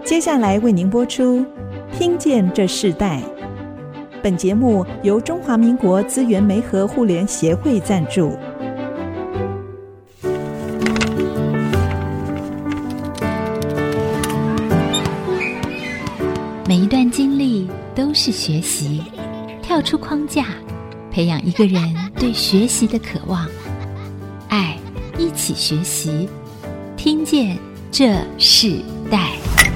接下来为您播出《听见这世代》。本节目由中华民国资源媒合互联协会赞助。 每一段经历都是学习，跳出框架，培养一个人对学习的渴望。爱，一起学习，听见这世代。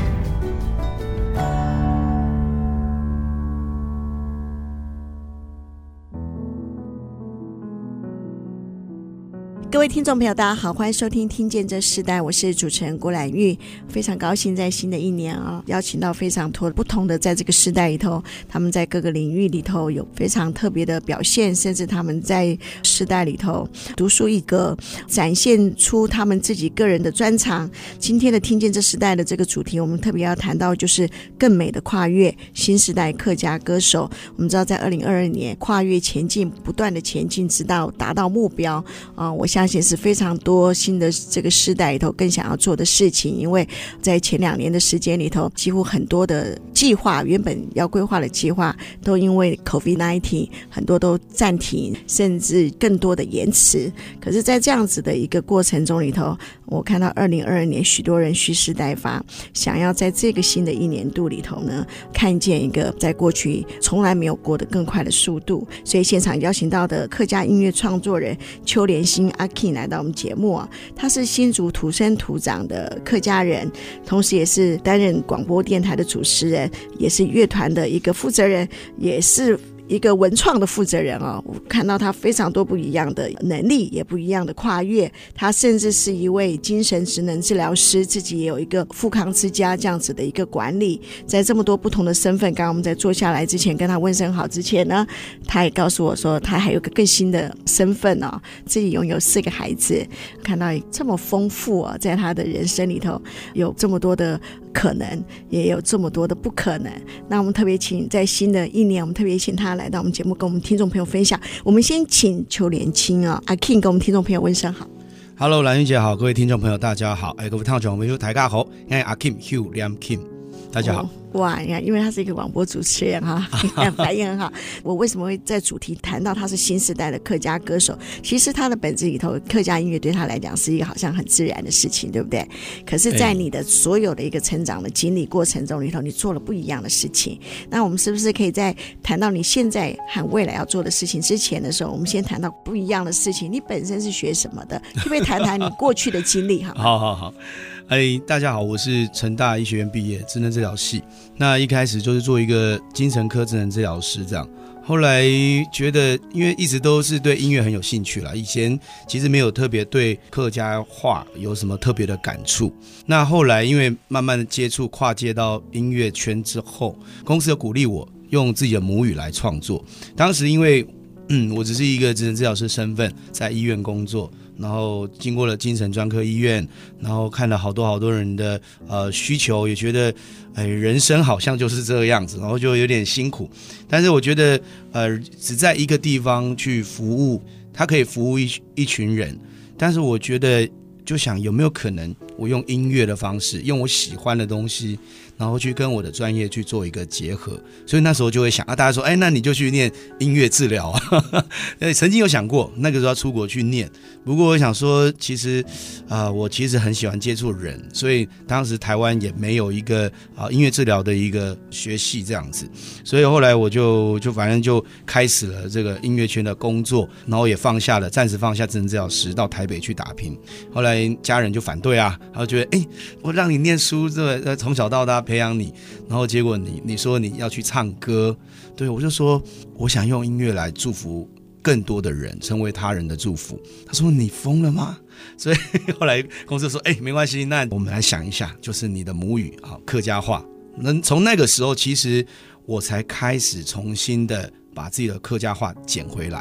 各位听众朋友大家好，欢迎收听听见这世代，我是主持人郭兰玉。非常高兴在新的一年邀请到非常多不同的在这个世代里头，他们在各个领域里头有非常特别的表现，甚至他们在世代里头独树一格，展现出他们自己个人的专长。今天的听见这世代的这个主题，我们特别要谈到就是更美的跨越，新时代客家歌手。我们知道在2022年跨越前进，不断的前进，直到达到目标我相信是非常多新的这个世代里头更想要做的事情。因为在前2年的时间里头，几乎很多的计划，原本要规划的计划都因为 COVID-19 很多都暂停，甚至更多的延迟。可是在这样子的一个过程中里头，我看到2022年许多人蓄势待发，想要在这个新的一年度里头呢，看见一个在过去从来没有过的更快的速度。所以现场邀请到的客家音乐创作人邱连新阿 King 来到我们节目他是新竹土生土长的客家人，同时也是担任广播电台的主持人，也是乐团的一个负责人，也是一个文创的负责人我看到他非常多不一样的能力，也不一样的跨越。他甚至是一位精神职能治疗师，自己也有一个富康之家这样子的一个管理。在这么多不同的身份，刚刚我们在坐下来之前跟他问声好之前呢，他也告诉我说他还有个更新的身份自己拥有4个孩子。看到这么丰富在他的人生里头有这么多的可能，也有这么多的不可能。那我们特别请在新的一年，我们特别请他来到我们节目跟我们听众朋友分享。我们先请邱连清阿 King 跟我们听众朋友问声好。 Hello， 兰玉姐好，各位听众朋友大家好。各位听众朋友大家好，我是阿 Kim Hugh Liam Kim， 大家好。 哇，因为他是一个广播主持人反应很好。我为什么会在主题谈到他是新时代的客家歌手？其实他的本质里头，客家音乐对他来讲是一个好像很自然的事情，对不对？可是在你的所有的一个成长的经历过程中里头，你做了不一样的事情。那我们是不是可以在谈到你现在和未来要做的事情之前的时候，我们先谈到不一样的事情？你本身是学什么的？可不可以谈谈你过去的经历？ 好。大家好，我是成大医学院毕业，职能治疗系。那一开始就是做一个精神科职能治疗师这样。后来觉得因为一直都是对音乐很有兴趣啦，以前其实没有特别对客家话有什么特别的感触。那后来因为慢慢的接触跨界到音乐圈之后，公司有鼓励我用自己的母语来创作。当时因为我只是一个职能治疗师身份在医院工作，然后经过了精神专科医院，然后看了好多人的需求，也觉得人生好像就是这个样子，然后就有点辛苦。但是我觉得只在一个地方去服务，它可以服务一群人，但是我觉得就想有没有可能我用音乐的方式，用我喜欢的东西，然后去跟我的专业去做一个结合。所以那时候就会想大家说那你就去念音乐治疗曾经有想过那个时候要出国去念，不过我想说其实我其实很喜欢接触人，所以当时台湾也没有一个音乐治疗的一个学系这样子，所以后来我就反正就开始了这个音乐圈的工作，然后也暂时放下职能治疗师，到台北去打拼。后来家人就反对然后觉得我让你念书，从小到大培养你，然后结果你说你要去唱歌，对，我就说我想用音乐来祝福更多的人，成为他人的祝福。他说你疯了吗？所以后来公司说没关系，那我们来想一下，就是你的母语客家话。从那个时候其实我才开始重新的把自己的客家话捡回来，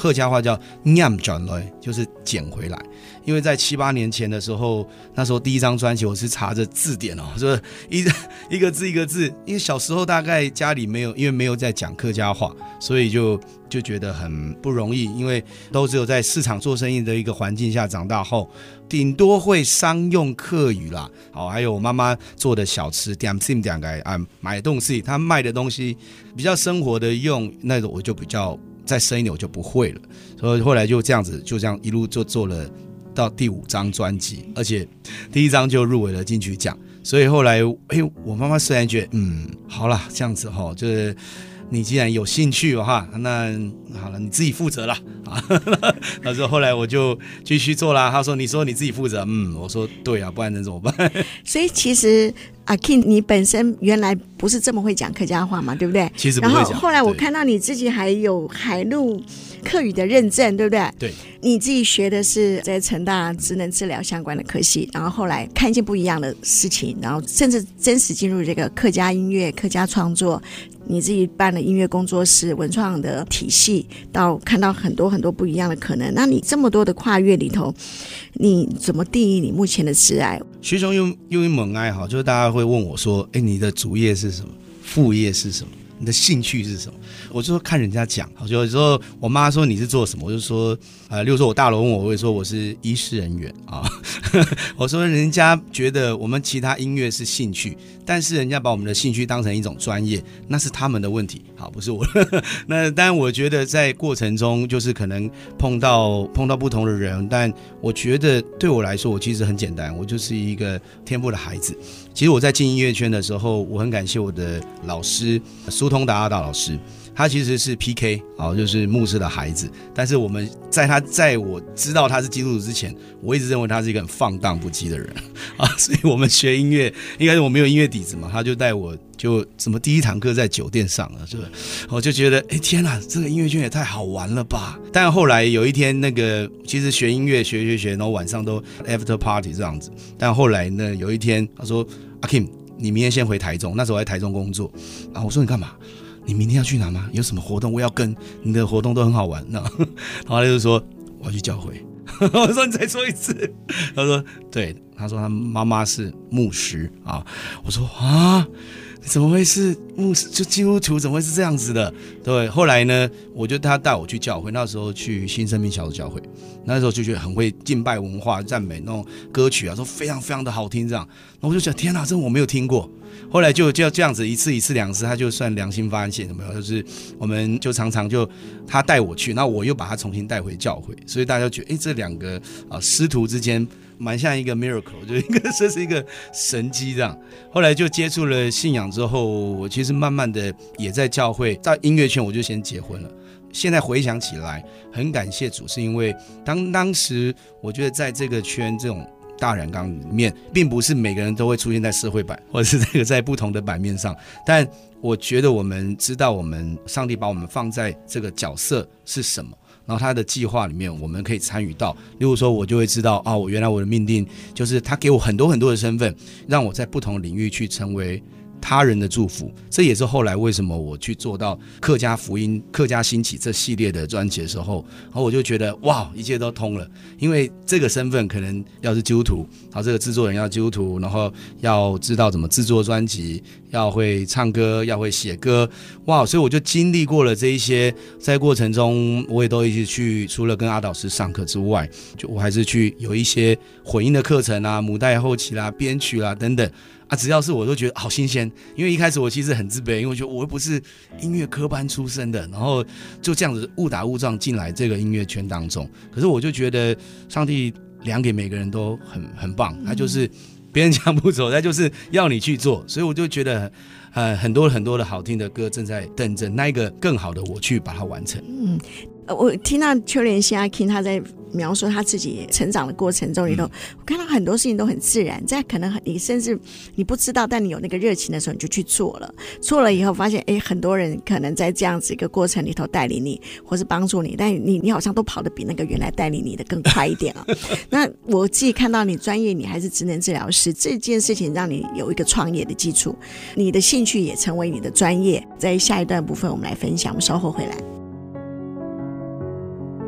客家话叫念转来，就是捡回来。因为在7、8年前的时候，那时候第一张专辑我是查着字典就是一个字一个字，因为小时候大概家里没有，因为没有在讲客家话，所以就觉得很不容易，因为都只有在市场做生意的一个环境下长大后，顶多会商用客语啦。好，还有我妈妈做的小吃，点心点个买东西，她卖的东西比较生活的用，那个我就比较再深一点，我就不会了。所以后来就这样一路就做了到第5张专辑，而且第1张就入围了金曲奖。所以后来我妈妈虽然觉得好啦，这样子就是你既然有兴趣的话，那好了，你自己负责啦那之后后来我就继续做啦。他说你说你自己负责，我说对啊，不然能怎么办？ 所以其实阿 King 你本身原来不是这么会讲客家话嘛，对不对？ 其实不会讲。 然后后来我看到你自己还有海陆客语的认证，对不对？ 对。 你自己学的是在成大职能治疗相关的科系，然后后来看见不一样的事情，然后甚至真实进入这个客家音乐、客家创作，你自己办了音乐工作室、文创的体系，到看到很多很多不一样的可能。那你这么多的跨越里头，你怎么定义你目前的职涯？ 徐雄用一门爱好，就是大家会问我说：“你的主业是什么？副业是什么？你的兴趣是什么？”我就说看人家讲，就有时候我妈说你是做什么，我就说例如说我大楼问我会说我是医事人员我说人家觉得我们其他音乐是兴趣，但是人家把我们的兴趣当成一种专业，那是他们的问题，好，不是我那当然我觉得在过程中就是可能碰到不同的人，但我觉得对我来说我其实很简单，我就是一个天赋的孩子。其实我在进音乐圈的时候，我很感谢我的老师苏通达阿达老师，他其实是 PK 就是牧师的孩子，但是我们在我知道他是基督徒之前，我一直认为他是一个很放荡不羁的人所以我们学音乐，应该是我没有音乐底子嘛，他就带我就什么第1堂课在酒店上了，我就觉得天哪，这个音乐圈也太好玩了吧。但后来有一天其实学音乐学，然后晚上都 after party 这样子，但后来呢有一天他说阿 Kim 你明天先回台中，那时候我在台中工作我说你干嘛？你明天要去哪吗？有什么活动？我要跟，你的活动都很好玩。然后他就说我要去教会我说你再说一次。他说对，他说他妈妈是牧师我说怎么会是牧师？就基督徒怎么会是这样子的？对，后来呢，他带我去教会，那时候去新生命小组教会，那时候就觉得很会敬拜文化、赞美那种歌曲说非常非常的好听这样。然后我就觉得天哪，这我没有听过。后来就这样子一次2次，他就算良心发现，有没有？就是我们就常常他带我去，那我又把他重新带回教会，所以大家觉得这2个师徒之间蛮像一个 miracle， 就这是一个神迹这样。后来就接触了信仰之后，我其实慢慢的也在教会，在音乐圈我就先结婚了。现在回想起来，很感谢主，是因为当时我觉得在这个圈这种大染缸里面，并不是每个人都会出现在社会版，或者是在不同的版面上，但我觉得我们知道上帝把我们放在这个角色是什么，然后他的计划里面我们可以参与到。例如说我就会知道我原来我的命定就是他给我很多很多的身份，让我在不同的领域去成为他人的祝福。这也是后来为什么我去做到客家福音、客家兴起这系列的专辑的时候，然后我就觉得哇，一切都通了。因为这个身份可能要是基督徒，然后这个制作人要基督徒，然后要知道怎么制作专辑，要会唱歌，要会写歌，哇！所以我就经历过了这一些，在过程中我也都一直去，除了跟阿导师上课之外，就我还是去有一些混音的课程母带后期啦、编曲啦等等。只要是我都觉得好新鲜，因为一开始我其实很自卑，因为我觉得我又不是音乐科班出身的，然后就这样子误打误撞进来这个音乐圈当中。可是我就觉得上帝量给每个人都很棒，他就是别人讲不走，他就是要你去做，所以我就觉得很多很多的好听的歌正在等着那一个更好的我去把它完成。 我听到邱连新阿 King 他在描述他自己成长的过程中里头，我看到很多事情都很自然，在可能你甚至你不知道，但你有那个热情的时候你就去做了以后发现很多人可能在这样子一个过程里头带领你或是帮助你，但你好像都跑得比那个原来带领你的更快一点那我自己看到你专业，你还是职能治疗师，这件事情让你有一个创业的基础，你的兴趣也成为你的专业。在下一段部分我们来分享，我们稍后回来。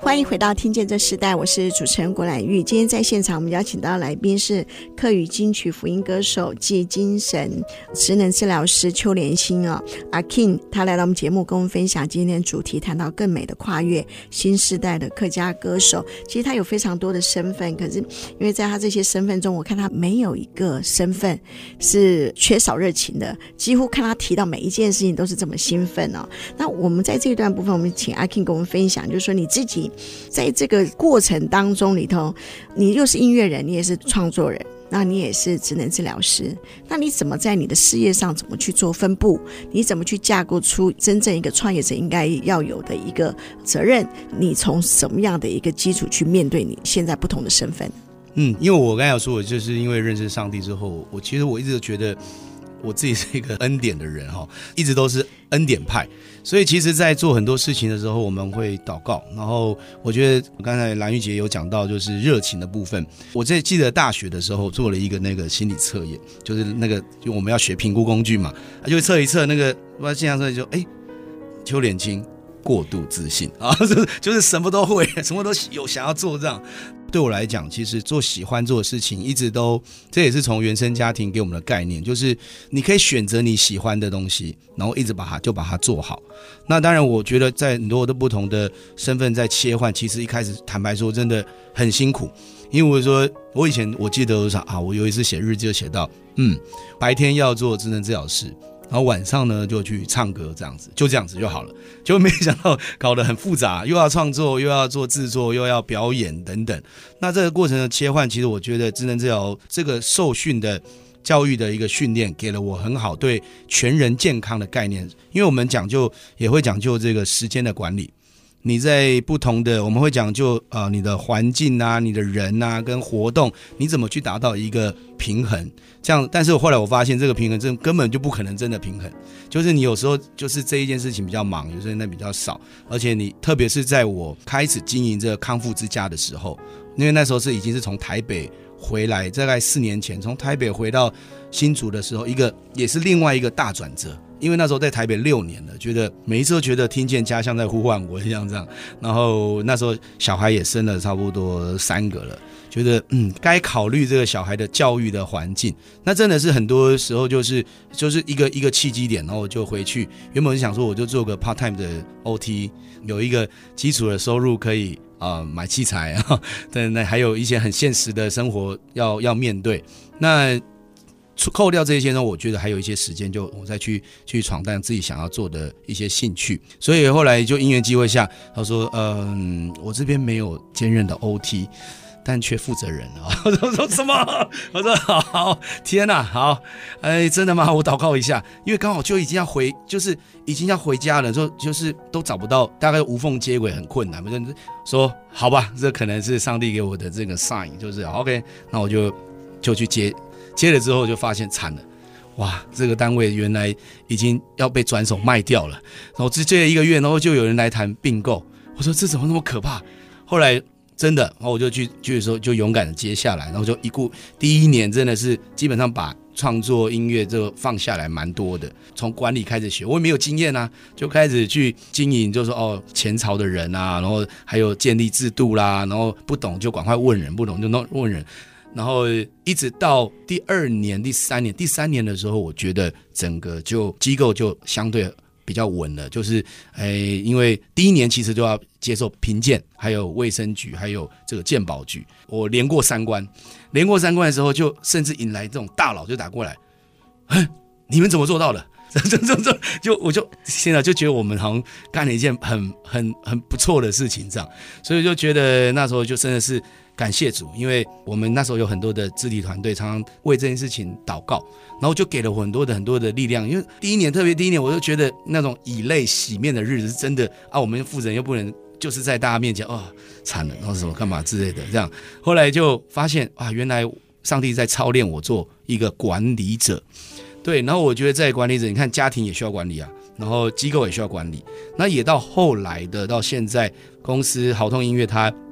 欢迎回到听见这时代，我是主持人郭兰玉。今天在现场我们邀请到来宾是客语金曲福音歌手暨精神职能治疗师邱连心阿 King， 他来到我们节目跟我们分享今天的主题，谈到更美的跨越，新时代的客家歌手。其实他有非常多的身份，可是因为在他这些身份中，我看他没有一个身份是缺少热情的，几乎看他提到每一件事情都是这么兴奋那我们在这一段部分，我们请阿 King 跟我们分享，就是说你自己在这个过程当中里头，你又是音乐人，你也是创作人，那你也是职能治疗师，那你怎么在你的事业上怎么去做分布？你怎么去架构出真正一个创业者应该要有的一个责任？你从什么样的一个基础去面对你现在不同的身份？ 因为我刚才有说，我就是因为认识上帝之后，其实我一直都觉得我自己是一个恩典的人一直都是恩典派，所以其实在做很多事情的时候我们会祷告，然后我觉得刚才兰玉姐有讲到就是热情的部分。我记得大学的时候做了一个那个心理测验，就是那个就我们要学评估工具嘛，就测一测那个线上测就邱连心过度自信就是什么都会，什么都有想要做这样。对我来讲，其实做喜欢做的事情一直都，这也是从原生家庭给我们的概念，就是你可以选择你喜欢的东西，然后一直把它做好。那当然我觉得在很多的不同的身份在切换，其实一开始坦白说真的很辛苦。因为我以前我记得我有一次写日记就写到白天要做职能治疗师，然后晚上呢就去唱歌，这样子就好了。就没想到搞得很复杂，又要创作，又要做制作，又要表演等等。那这个过程的切换，其实我觉得职能治疗这个受训的教育的一个训练，给了我很好对全人健康的概念。因为我们也会讲究这个时间的管理。你在不同的，我们会讲究你的环境啊，你的人啊，跟活动，你怎么去达到一个平衡？这样，但是后来我发现这个平衡根本就不可能真的平衡，就是你有时候就是这一件事情比较忙，有时候那比较少，而且你特别是在我开始经营这个康复之家的时候，因为那时候已经是从台北回来，大概4年前从台北回到新竹的时候，也是另外一个大转折。因为那时候在台北6年了，觉得每一次都觉得听见家乡在呼唤我这样，然后那时候小孩也生了差不多3个了，觉得该考虑这个小孩的教育的环境。那真的是很多时候就是一个契机点，然后我就回去。原本是想说我就做个 part time 的 OT， 有一个基础的收入可以买器材但还有一些很现实的生活要面对。那扣掉这些呢，我觉得还有一些时间，就我再去闯荡自己想要做的一些兴趣。所以后来就因缘机会下，他说我这边没有兼任的 OT， 但缺负责人我说什么？我说好，天哪，好，真的吗？我祷告一下，因为刚好就已经要回，就是已经要回家了，就是都找不到，大概无缝接轨很困难。说好吧，这可能是上帝给我的这个 sign， 就是 OK， 那我就去接了之后就发现惨了，哇，这个单位原来已经要被转手卖掉了，然后接了1个月，然后就有人来谈并购，我说这怎么那么可怕？后来真的，然后我就去的时候就勇敢的接下来，然后就第1年真的是基本上把创作音乐这放下来蛮多的，从管理开始学，我也没有经验啊，就开始去经营，就是说前朝的人啊，然后还有建立制度啦，然后不懂就赶快问人，不懂就问人。然后一直到第2年、第3年的时候，我觉得整个机构就相对比较稳了，就是因为第1年其实就要接受评鉴，还有卫生局，还有这个健保局，我连过3关的时候，就甚至引来这种大佬就打过来，你们怎么做到的？我就现在就觉得我们好像干了一件很不错的事情，这样，所以就觉得那时候就真的是感谢主，因为我们那时候有很多的肢体团队常常为这件事情祷告，然后就给了我很多的力量。因为特别第一年，我就觉得那种以泪洗面的日子是真的我们负责人又不能就是在大家面前惨了，然后什么干嘛之类的这样。后来就发现原来上帝在操练我做一个管理者。对，然后我觉得在管理者，你看家庭也需要管理啊，然后机构也需要管理，那也到后来的到现在公司好痛音乐它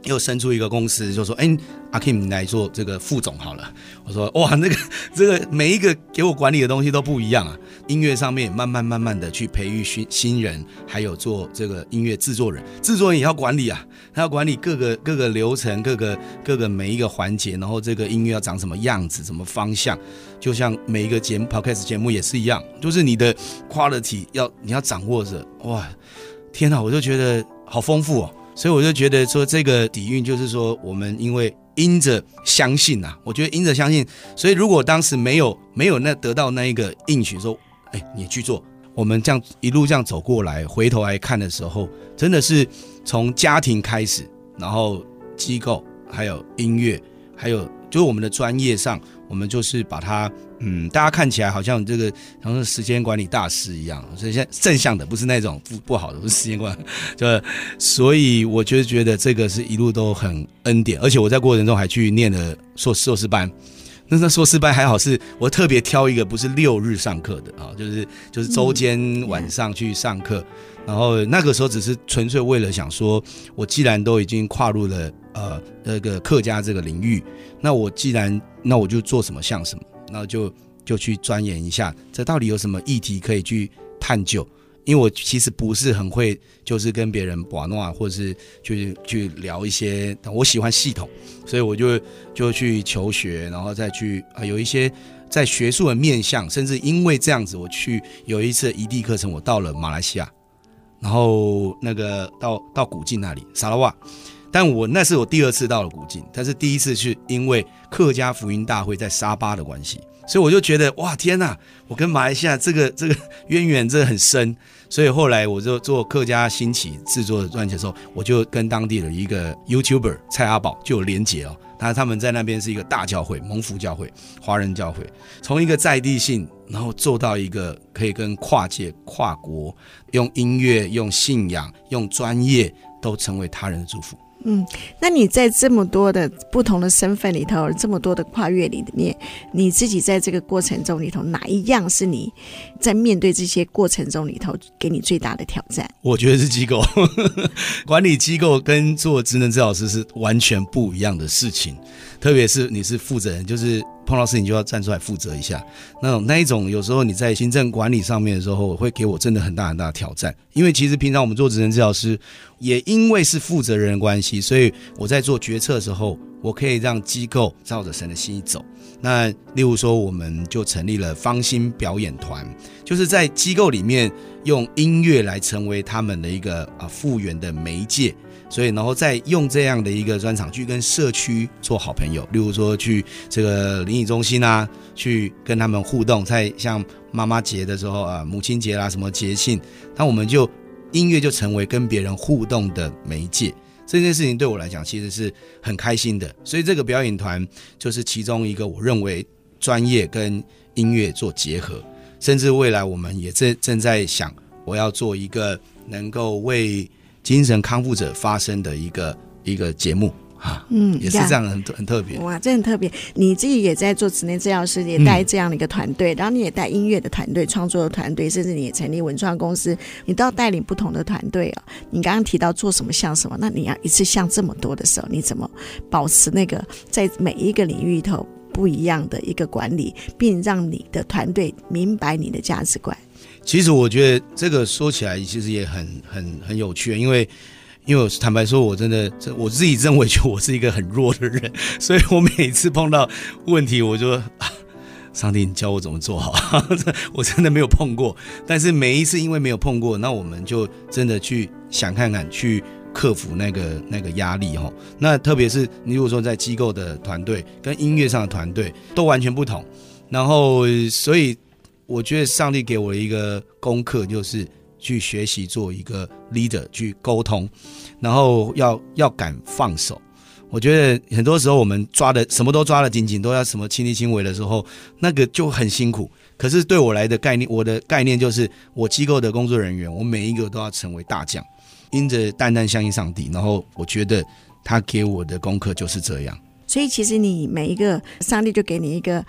又生出一个公司，就说阿 Kim 你来做这个副总好了。我说哇，这个每一个给我管理的东西都不一样啊。音乐上面慢慢的去培育新人，还有做这个音乐制作人也要管理啊，他要管理各个流程，各个每一个环节，然后这个音乐要长什么样子，什么方向，就像每一个节目 Podcast 节目也是一样，就是你的 quality 你要掌握着。哇，天哪，我就觉得好丰富哦。所以我就觉得说这个底蕴就是说我们因为因着相信啊，我觉得因着相信，所以如果当时没有得到那一个应许说你去做，我们这样一路这样走过来，回头来看的时候，真的是从家庭开始，然后机构还有音乐，还有就是我们的专业上，我们就是把它大家看起来好像这个好像时间管理大师一样，所以现在正向的，不是那种不好的，不是时间管理，所以我就觉得这个是一路都很恩典，而且我在过程中还去念了硕士班。那硕士班还好是我特别挑一个不是6日上课的啊，就是周间晚上去上课，然后那个时候只是纯粹为了想说，我既然都已经跨入了那个客家这个领域，那我就做什么像什么，那就去钻研一下，这到底有什么议题可以去探究。因为我其实不是很会，就是跟别人玩闹，或者是去聊一些，我喜欢系统，所以我就去求学，然后再去有一些在学术的面向，甚至因为这样子，我去有一次异地课程，我到了马来西亚，然后那个到古晋那里沙拉瓦，但那是我第2次到了古晋，但是第1次是因为客家福音大会在沙巴的关系。所以我就觉得哇天哪，我跟马来西亚这个渊源真的很深，所以后来我就做客家兴起制作的专辑的时候，我就跟当地的一个 YouTuber 蔡阿宝就有连结哦。他们在那边是一个大教会，蒙福教会，华人教会，从一个在地性，然后做到一个可以跟跨界跨国，用音乐用信仰用专业都成为他人的祝福。 那你在这么多的不同的身份里头，这么多的跨越里面，你自己在这个过程中里头，哪一样是你在面对这些过程中里头给你最大的挑战？ 我觉得是机构管理机构跟做职能治疗师是完全不一样的事情，特别是你是负责人，就是碰到事情就要站出来负责一下，那一种有时候你在行政管理上面的时候，会给我真的很大的挑战。因为其实平常我们做职能治疗师，也因为是负责人的关系，所以我在做决策的时候，我可以让机构照着神的心意走。那例如说，我们就成立了芳心表演团，就是在机构里面用音乐来成为他们的一个复原的媒介。所以然后再用这样的一个专场去跟社区做好朋友，例如说去这个灵异中心啊，去跟他们互动，在像妈妈节的时候母亲节啦什么节庆，那我们就音乐就成为跟别人互动的媒介。这件事情对我来讲其实是很开心的，所以这个表演团就是其中一个我认为专业跟音乐做结合，甚至未来我们也正在想，我要做一个能够为精神康复者发声的一个节目也是这样很特别。 哇，这很特别。你自己也在做职能治疗师，也带这样的一个团队，然后你也带音乐的团队、创作的团队，甚至你也成立文创公司，你都要带领不同的团队哦。你刚刚提到做什么像什么，那你要一次像这么多的时候，你怎么保持那个在每一个领域里头不一样的一个管理，并让你的团队明白你的价值观？ 其实我觉得这个说起来其实也很有趣，因为我坦白说，我真的我自己认为就我是一个很弱的人，所以我每次碰到问题我就上帝你教我怎么做好我真的没有碰过，但是每一次因为没有碰过，那我们就真的去想看看，去克服那个压力那特别是你如果说在机构的团队跟音乐上的团队都完全不同，然后所以我觉得上帝给我的一个功课就是去学习做一个 leader， 去沟通，然后要敢放手。我觉得很多时候我们什么都抓得紧紧，都要什么亲力亲为的时候，那个就很辛苦。可是对我来的概念，我的概念就是我机构的工作人员，我每一个都要成为大将，因着单单相信上帝，然后我觉得他给我的功课就是这样。 所以其实你每一个上帝就给你一个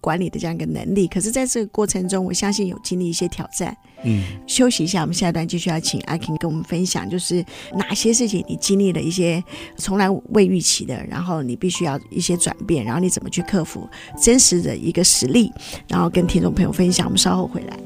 管理的这样一个能力。可是在这个过程中，我相信有经历一些挑战。休息一下，我们下一段继续要请阿 King 跟我们分享，就是哪些事情你经历了一些从来未预期的，然后你必须要一些转变，然后你怎么去克服，真实的一个实例，然后跟听众朋友分享。我们稍后回来。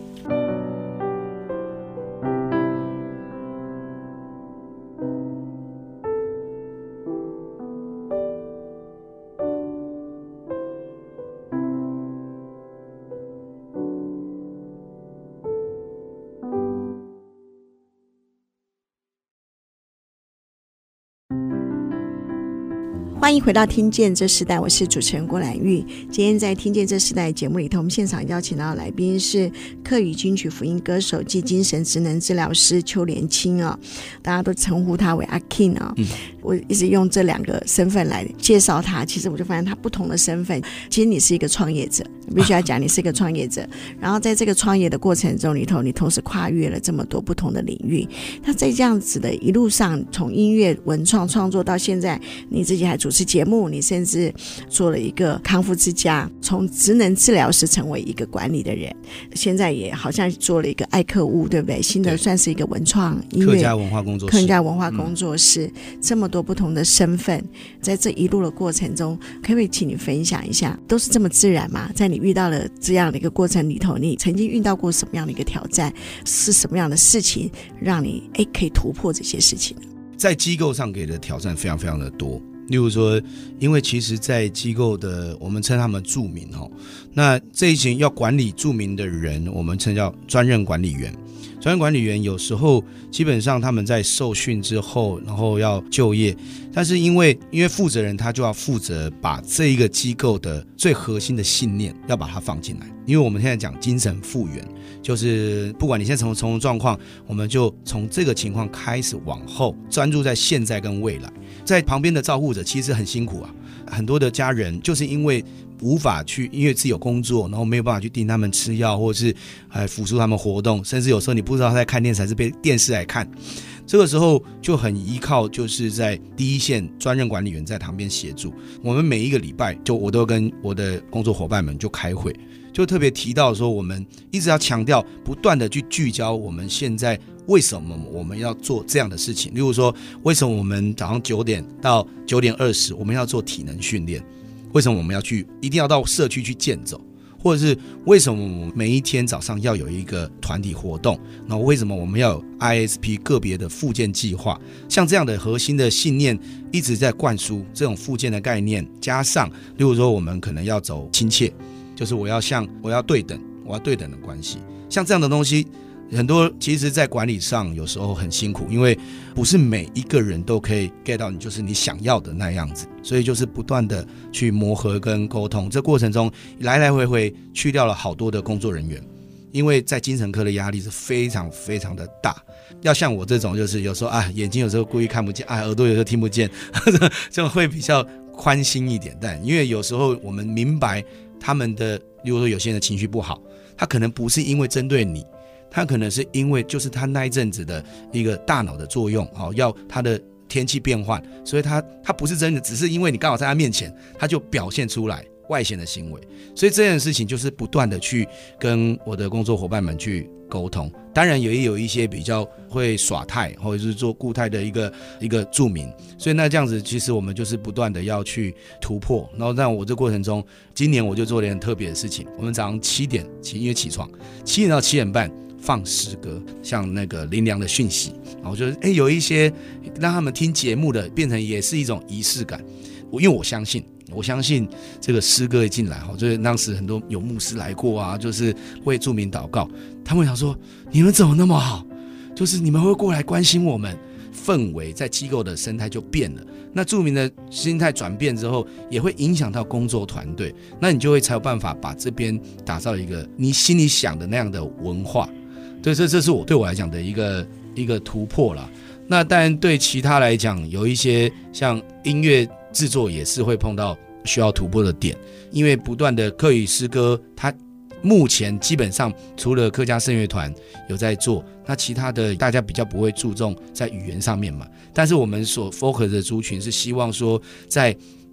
欢迎回到听见这时代，我是主持人郭兰玉。今天在听见这时代节目里头，我们现场邀请到的来宾是客语金曲福音歌手及精神职能治疗师邱连青啊，大家都称呼他为阿 King 啊。我一直用这2个身份来介绍他，其实我就发现他不同的身份，其实你是一个创业者，必须要讲你是一个创业者，然后在这个创业的过程中里头，你同时跨越了这么多不同的领域。那在这样子的一路上，从音乐文创创作到现在，你自己还主持节目，你甚至做了一个康复之家，从职能治疗师成为一个管理的人，现在也好像做了一个爱客屋，对不对？新的算是一个文创音乐客家文化工作室， 客家文化工作室，这么多不同的身份，在这一路的过程中，可不可以请你分享一下，都是这么自然吗？在你遇到了这样的一个过程里头，你曾经遇到过什么样的一个挑战？是什么样的事情让你可以突破这些事情？ 在机构上给的挑战非常非常的多。例如说，因为其实在机构的我们称他们住民，那这一群要管理住民的人，我们称叫专任管理员。专任管理员有时候基本上他们在受训之后，然后要就业，但是因为负责人他就要负责把这一个机构的最核心的信念要把它放进来。因为我们现在讲精神复原，就是不管你现在什么状况，我们就从这个情况开始往后专注在现在跟未来。在旁边的照顾者其实很辛苦啊，很多的家人就是因为无法去，因为自己有工作，然后没有办法去盯他们吃药，或者是辅助他们活动，甚至有时候你不知道他在看电视还是被电视来看，这个时候就很依靠就是在第一线专任管理员在旁边协助。我们每一个礼拜我都跟我的工作伙伴们就开会，就特别提到说我们一直要强调不断的去聚焦我们现在为什么我们要做这样的事情。例如说，为什么我们早上9点到9点20我们要做体能训练，为什么我们一定要到社区去健走，或者是为什么我们每一天早上要有一个团体活动，然后为什么我们要有 ISP 个别的复健计划。像这样的核心的信念一直在灌输这种复健的概念，加上例如说我们可能要走亲切，就是我要对等的关系，像这样的东西很多，其实在管理上有时候很辛苦，因为不是每一个人都可以 get 到你就是你想要的那样子，所以就是不断的去磨合跟沟通。这过程中来来回回去掉了好多的工作人员，因为在精神科的压力是非常非常的大。要像我这种就是有时候眼睛有时候故意看不见，耳朵有时候听不见这种会比较宽心一点。但因为有时候我们明白他们的，例如说有些人的情绪不好，他可能不是因为针对你，他可能是因为就是他那一阵子的一个大脑的作用，要他的天气变换，所以他不是真的，只是因为你刚好在他面前，他就表现出来外显的行为。所以这件事情就是不断的去跟我的工作伙伴们去沟通。当然也有一些比较会耍态或者是做固态的一个住民，所以那这样子其实我们就是不断的要去突破。然后在我这过程中，今年我就做了很特别的事情，我们早上7点因为起床7点到7点半放诗歌，像那个林良的讯息，然后就是有一些让他们听节目的变成也是一种仪式感。因为我相信这个诗歌一进来，就是当时很多有牧师来过啊，就是为住民祷告，他们想说你们怎么那么好，就是你们会过来关心我们，氛围在机构的生态就变了。那住民的心态转变之后，也会影响到工作团队，那你就会才有办法把这边打造一个你心里想的那样的文化。对，这是对我来讲的一个突破啦。那当然对其他来讲，有一些像音乐制作也是会碰到需要突破的点，因为不断的客语诗歌，它目前基本上除了客家圣乐团有在做，那其他的大家比较不会注重在语言上面嘛。但是我们所 focus 的族群是希望说在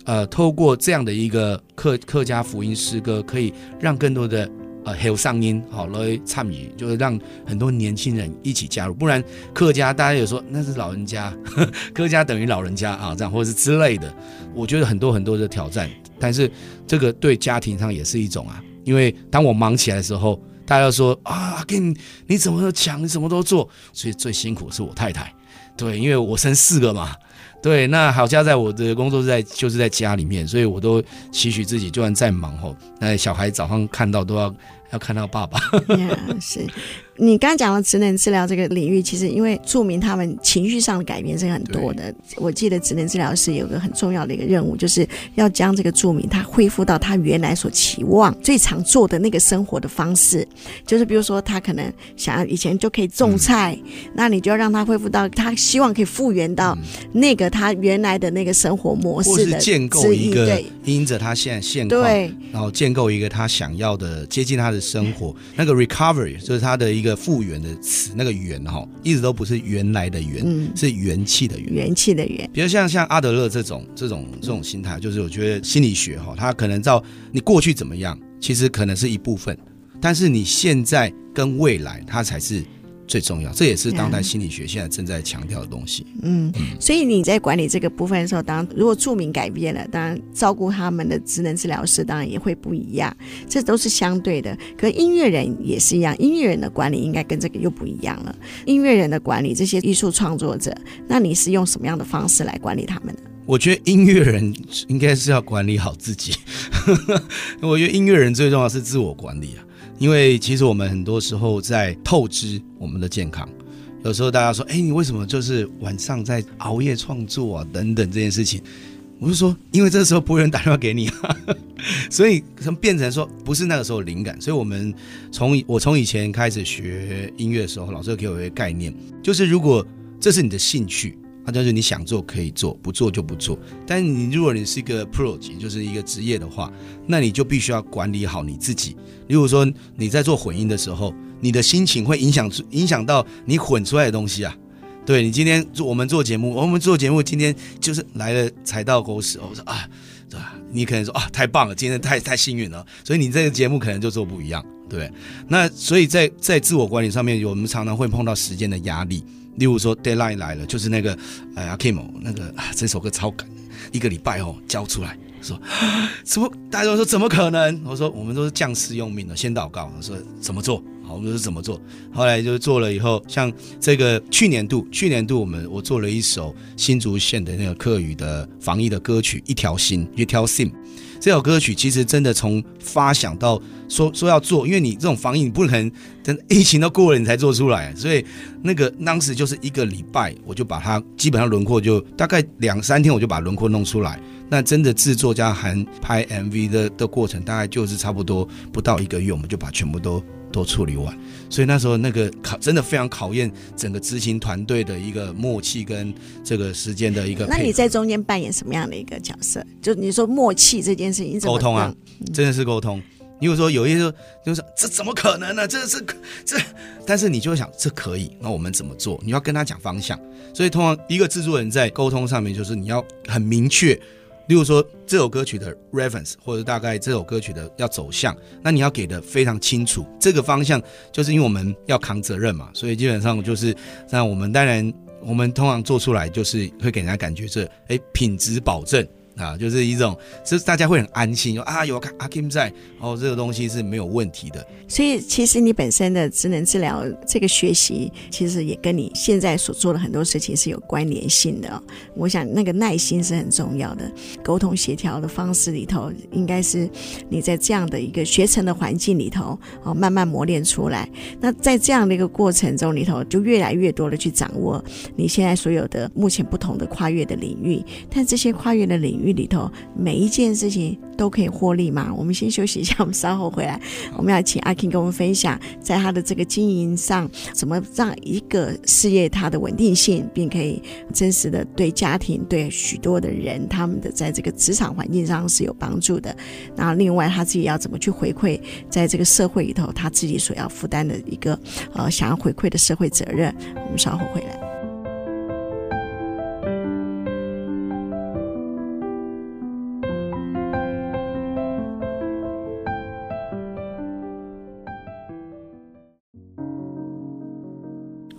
透过这样的一个客家福音诗歌，可以让更多的后上音好来参与，就是让很多年轻人一起加入。不然客家大家有说那是老人家，客家等于老人家啊，这样或者是之类的。我觉得很多很多的挑战，但是这个对家庭上也是一种啊。因为当我忙起来的时候，大家说啊，阿金你怎么都强，你什么都做，所以最辛苦是我太太。对，因为我生4个嘛。对，那好家在我的工作就是在家里面，所以我都期许自己，就算再忙吼，那小孩早上看到都要看到爸爸。 是你刚刚讲到职能治疗这个领域，其实因为著名他们情绪上的改变是很多的。我记得职能治疗师有个很重要的一个任务，就是要将这个著名他恢复到他原来所期望最常做的那个生活的方式。就是比如说他可能想要以前就可以种菜，那你就要让他恢复到他希望可以复原到那个他原来的那个生活模式的， 或是建构一个因着他现在现况，然后建构一个他想要的接近他的生活。那个 recovery 就是他的一个复原的词，那个元一直都不是原来的元，是元气的元， 元气的元。 比如像阿德勒这种心态，就是我觉得心理学它可能照你过去怎么样，其实可能是一部分，但是你现在跟未来它才是最重要，这也是当代心理学现在正在强调的东西。 所以你在管理这个部分的时候，当然如果著名改变了，当然照顾他们的职能治疗师当然也会不一样，这都是相对的。可音乐人也是一样，音乐人的管理应该跟这个又不一样了。音乐人的管理，这些艺术创作者，那你是用什么样的方式来管理他们呢？ 我觉得音乐人应该是要管理好自己我觉得音乐人最重要的是自我管理啊，因为其实我们很多时候在透支我们的健康。有时候大家说你为什么就是晚上在熬夜创作啊等等这件事情，我就说因为这个时候不会有人打电话给你所以变成说不是那个时候灵感。所以我从以前开始学音乐的时候，老师给我一个概念，就是如果这是你的兴趣，那就是你想做可以做，不做就不做。但如果你是一个 pro 级，就是一个职业的话，那你就必须要管理好你自己。例如说你在做混音的时候，你的心情会影响到你混出来的东西啊。对，你今天我们做节目今天就是来了踩到狗屎，我说对吧？你可能说太棒了，今天太幸运了，所以你这个节目可能就做不一样，对不对？那所以在自我管理上面，我们常常会碰到时间的压力。例如说 deadline 来了，就是那个阿 Kim 那个这首歌超赶，1个礼拜交出来，说什么？大家都说怎么可能？我说我们都是将士用命的，先祷告。我说怎么做？好，我们说怎么做？后来就做了以后，像这个去年度我做了一首新竹县的那个客语的防疫的歌曲，一条心 这首歌曲其实真的从发想到说要做，因为你这种防疫你不可能等疫情都过了你才做出来，所以那个当时就是1个礼拜，我就把它基本上轮廓就大概2-3天我就把轮廓弄出来。那真的制作加含拍 MV 的过程大概就是差不多不到1个月，我们就把全部都处理完。所以那时候那个真的非常考验整个执行团队的一个默契跟这个时间的一个配合。 那你在中间扮演什么样的一个角色？就你说默契这件事情怎么沟通啊，真的是沟通。因为说有一些就是说这怎么可能呢？这，但是你就会想这可以，那我们怎么做？你要跟他讲方向。所以通常一个制作人在沟通上面，就是你要很明确。例如说这首歌曲的 reference 或者大概这首歌曲的要走向，那你要给的非常清楚。这个方向就是因为我们要扛责任嘛，所以基本上就是那我们当然我们通常做出来就是会给人家感觉是品质保证啊，就是一种就是大家会很安心，有阿 Kim 在这个东西是没有问题的。 所以其实你本身的职能治疗这个学习其实也跟你现在所做的很多事情是有关联性的我想那个耐心是很重要的，沟通协调的方式里头应该是你在这样的一个学程的环境里头慢慢磨练出来。那在这样的一个过程中里头就越来越多的去掌握你现在所有的目前不同的跨越的领域，但这些跨越的领域里头每一件事情都可以获利吗？我们先休息一下，我们稍后回来我们要请阿 King 跟我们分享在他的这个经营上怎么让一个事业它的稳定性，并可以真实的对家庭对许多的人他们的在这个职场环境上是有帮助的。然后另外他自己要怎么去回馈在这个社会里头他自己所要负担的一个想要回馈的社会责任。我们稍后回来。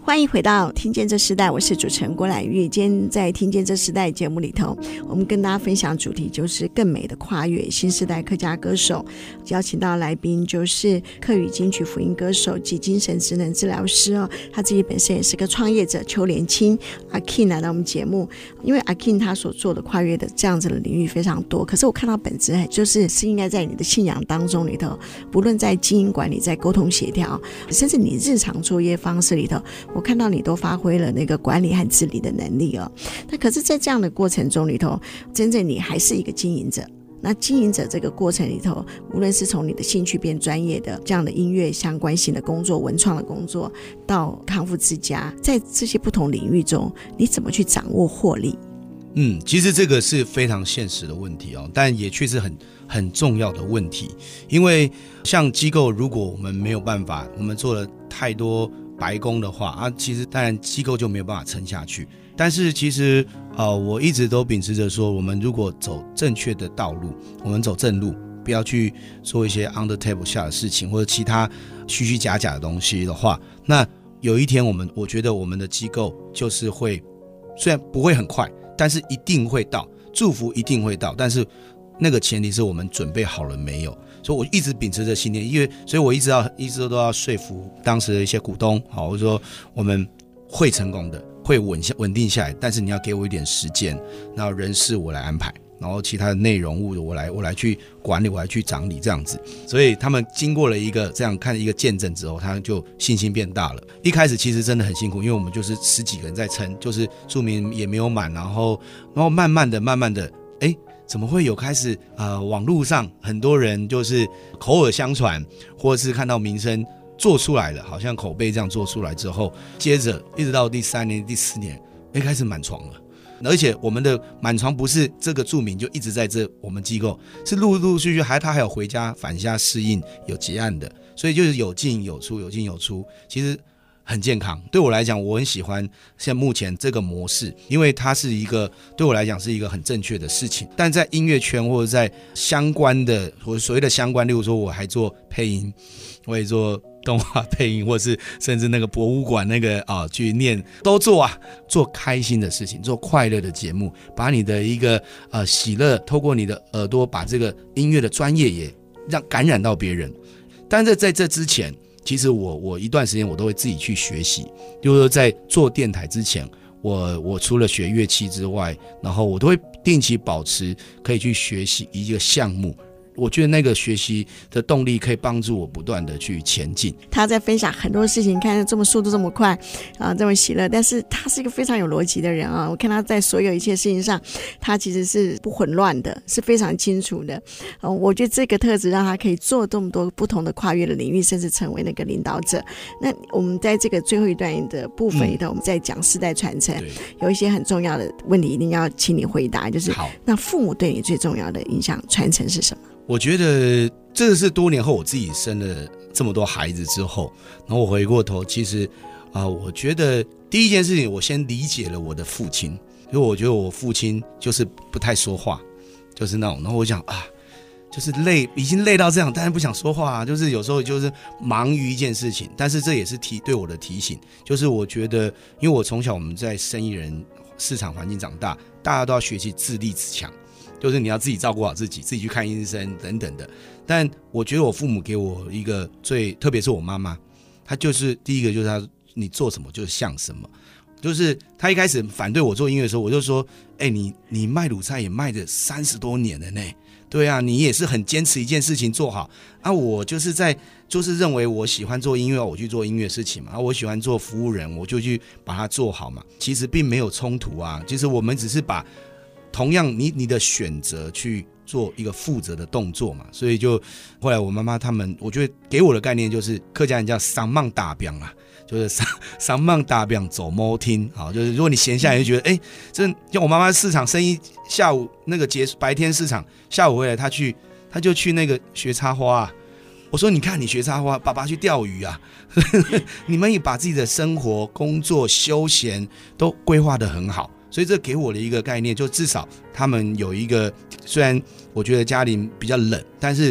欢迎回到听见这时代，我是主持人郭兰玉。今天在听见这时代节目里头，我们跟大家分享主题就是更美的跨越，新时代客家歌手。邀请到来宾就是客语金曲福音歌手及精神职能治疗师他自己本身也是个创业者邱连青阿 King 来到我们节目。因为阿 King 他所做的跨越的这样子的领域非常多，可是我看到本质就是应该在你的信仰当中里头，不论在经营管理、在沟通协调，甚至你日常作业方式里头，我看到你都发挥了那个管理和治理的能力那可是在这样的过程中里头，真正你还是一个经营者。那经营者这个过程里头，无论是从你的兴趣变专业的这样的音乐相关性的工作、文创的工作，到康复之家，在这些不同领域中，你怎么去掌握获利？ 其实这个是非常现实的问题但也确实很重要的问题。因为像机构，如果我们没有办法，我们做了太多白工的话其实当然机构就没有办法撑下去。但是其实我一直都秉持着说，我们如果走正确的道路，我们走正路，不要去做一些 under table 下的事情或者其他虚虚假假的东西的话，那有一天我觉得我们的机构就是会，虽然不会很快，但是一定会到，祝福一定会到，但是那个前提是我们准备好了没有。所以我一直秉持着信念，所以我一直都要说服当时的一些股东，我说我们会成功的，会稳定下来，但是你要给我一点时间，然后人事我来安排，然后其他的内容物我来去管理，我来去掌理这样子。所以他们经过了一个这样看一个见证之后，他就信心变大了。一开始其实真的很辛苦，因为我们就是10几个人在撑，就是住民也没有满，然后慢慢的怎么会有开始网络上很多人就是口耳相传，或者是看到名声做出来了，好像口碑这样做出来之后，接着一直到第3年第4年开始满床了。而且我们的满床不是这个住民就一直在我们机构，是陆陆续续他还有回家返家适应，有结案的，所以就是有进有出，有进有出，其实很健康。对我来讲，我很喜欢现在目前这个模式，因为它是一个对我来讲是一个很正确的事情。但在音乐圈或者在相关的，我所谓的相关，例如说我还做配音，我也做动画配音，或是甚至那个博物馆那个去念都做做开心的事情，做快乐的节目，把你的一个喜乐透过你的耳朵，把这个音乐的专业也让感染到别人。但是在这之前，其实我一段时间我都会自己去学习，就是说在做电台之前，我除了学乐器之外，然后我都会定期保持可以去学习一个项目。我觉得那个学习的动力可以帮助我不断的去前进。 他在分享很多事情，看这么速度这么快这么喜乐，但是他是一个非常有逻辑的人我看他在所有一切事情上，他其实是不混乱的，是非常清楚的我觉得这个特质让他可以做这么多不同的跨越的领域，甚至成为那个领导者。那我们在这个最后一段的部分里头，我们在讲世代传承，有一些很重要的问题一定要请你回答，就是那父母对你最重要的影响传承是什么？ 我觉得这是多年后我自己生了这么多孩子之后，然后我回过头，其实我觉得第一件事情，我先理解了我的父亲，因为我觉得我父亲就是不太说话，就是那种，然后我想就是累，已经累到这样，但是不想说话就是有时候就是忙于一件事情。但是这也是对我的提醒，就是我觉得，因为我从小我们在生意人市场环境长大，大家都要学习自立自强。就是你要自己照顾好自己，自己去看医生等等的。但我觉得我父母给我一个特别是我妈妈，她就是第一个就是你做什么就是像什么。就是她一开始反对我做音乐的时候，我就说你卖卤菜也卖了30多年了呢，对啊，你也是很坚持一件事情做好我就是认为我喜欢做音乐，我去做音乐事情嘛我喜欢做服务人，我就去把它做好嘛。其实并没有冲突其实我们只是把同样你的选择去做一个负责的动作嘛。所以就后来我妈妈他们，我觉得给我的概念就是客家人叫上忙打表就是上忙打表走猫听就是如果你闲下来就觉得这像我妈妈市场生意下午那个白天市场，下午回来她就去那个学插花我说你看你学插花，爸爸去钓鱼你们也把自己的生活工作休闲都规划得很好。所以这给我的一个概念，就至少他们有一个，虽然我觉得家里比较冷，但是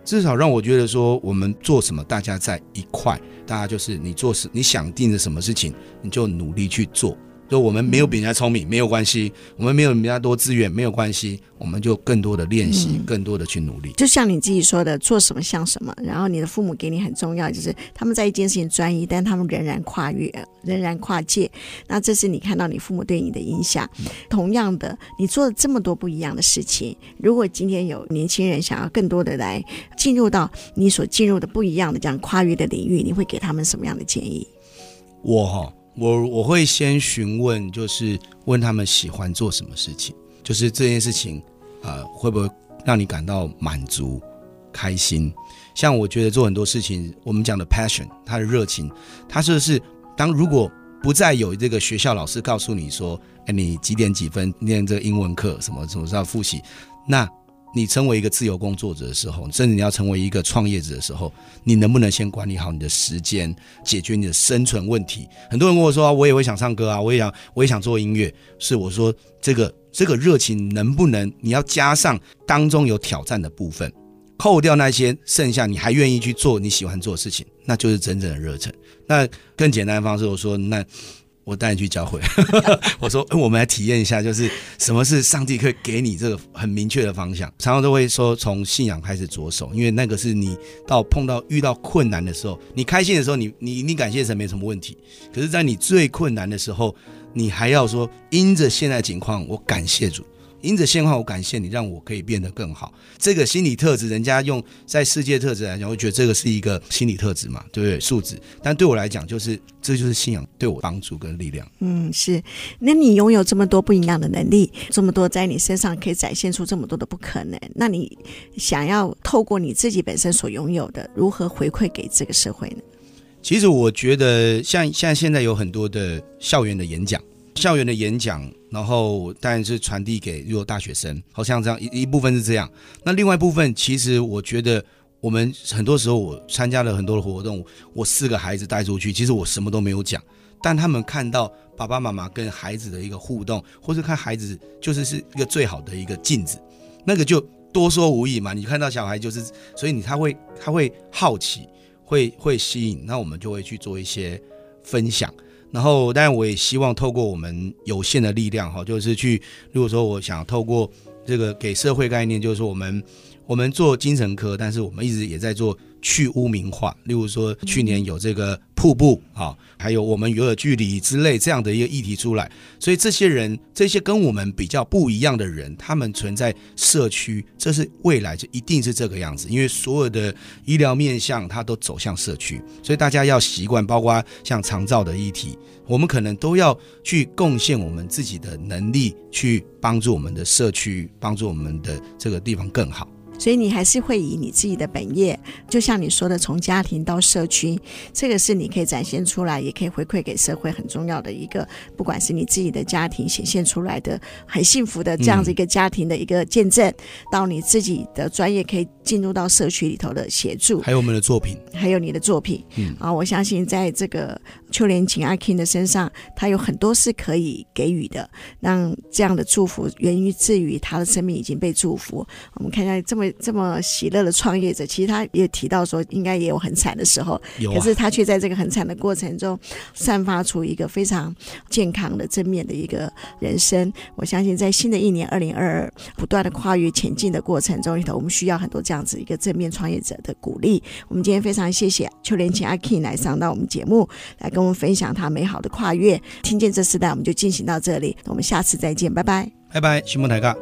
至少让我觉得说我们做什么大家在一块，大家就是你想定的什么事情你就努力去做，就我们没有比人家聪明没有关系，我们没有比人家多资源没有关系，我们就更多的练习，更多的去努力。 就像你自己说的，做什么像什么，然后你的父母给你很重要，就是他们在一件事情专一，但他们仍然跨越，仍然跨界，那这是你看到你父母对你的影响。同样的，你做了这么多不一样的事情，如果今天有年轻人想要更多的来进入到你所进入的不一样的这样跨越的领域，你会给他们什么样的建议？ 我会先询问，就是问他们喜欢做什么事情，就是这件事情会不会让你感到满足开心。像我觉得做很多事情，我们讲的 passion， 他的热情，他就是如果不再有这个学校老师告诉你说你几点几分念这个英文课什么时候要复习，那你成为一个自由工作者的时候，甚至你要成为一个创业者的时候，你能不能先管理好你的时间，解决你的生存问题？很多人跟我说我也会想唱歌啊，我也想做音乐，是我说这个热情能不能你要加上当中有挑战的部分，扣掉那些，剩下你还愿意去做你喜欢做的事情，那就是真正的热忱。那更简单的方式，我说那我带你去教会我说我们来体验一下，就是什么是上帝可以给你这个很明确的方向。常常都会说从信仰开始着手，因为那个是你遇到困难的时候，你开心的时候你感谢神没什么问题，可是在你最困难的时候，你还要说因着现在的情况我感谢主，因着现况我感谢你让我可以变得更好。这个心理特质人家用在世界特质来讲，我觉得这个是一个心理特质嘛，对不对？素质。但对我来讲这就是信仰对我帮助跟力量。 是。那你拥有这么多不一样的能力，这么多在你身上可以展现出这么多的不可能，那你想要透过你自己本身所拥有的如何回馈给这个社会呢？ 其实我觉得像现在有很多的校园的演讲，然后当然是传递给大学生，好像这样一部分是这样。那另外一部分，其实我觉得我们很多时候我参加了很多的活动，我4个孩子带出去，其实我什么都没有讲，但他们看到爸爸妈妈跟孩子的一个互动，或是看孩子是一个最好的一个镜子，那个就多说无益嘛。你看到小孩所以他会好奇，会吸引，那我们就会去做一些分享。然后当然我也希望透过我们有限的力量，就是如果说我想透过这个给社会概念，就是说我们做精神科，但是我们一直也在做去污名化，例如说去年有这个瀑布还有我们有距离之类这样的一个议题出来，所以这些跟我们比较不一样的人，他们存在社区，这是未来就一定是这个样子，因为所有的医疗面向它都走向社区，所以大家要习惯，包括像长照的议题，我们可能都要去贡献我们自己的能力，去帮助我们的社区，帮助我们的这个地方更好。 所以你还是会以你自己的本业，就像你说的从家庭到社区，这个是你可以展现出来，也可以回馈给社会很重要的一个，不管是你自己的家庭显现出来的很幸福的这样子一个家庭的一个见证，到你自己的专业可以进入到社区里头的协助， 还有我们的作品， 还有你的作品我相信在这个邱连琴阿 King 的身上，他有很多是可以给予的，让这样的祝福源于自于他的生命已经被祝福。我们看一下这么喜乐的创业者，其实他也提到说应该也有很惨的时候，可是他却在这个很惨的过程中散发出一个非常健康的正面的一个人生。我相信在新的一年2022不断的跨越前进的过程中里头，我们需要很多这样子一个正面创业者的鼓励。我们今天非常谢谢邱连琴阿 King 来上到我们节目，来跟我们分享他美好的跨越。听见这世代我们就进行到这里，我们下次再见，拜拜拜拜，新闻台尬。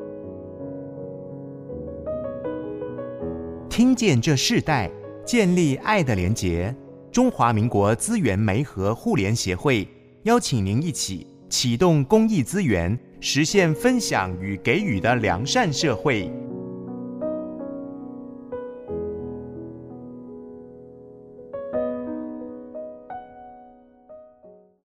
听见这世代，建立爱的连结。中华民国资源媒合互联协会邀请您一起启动公益资源，实现分享与给予的良善社会。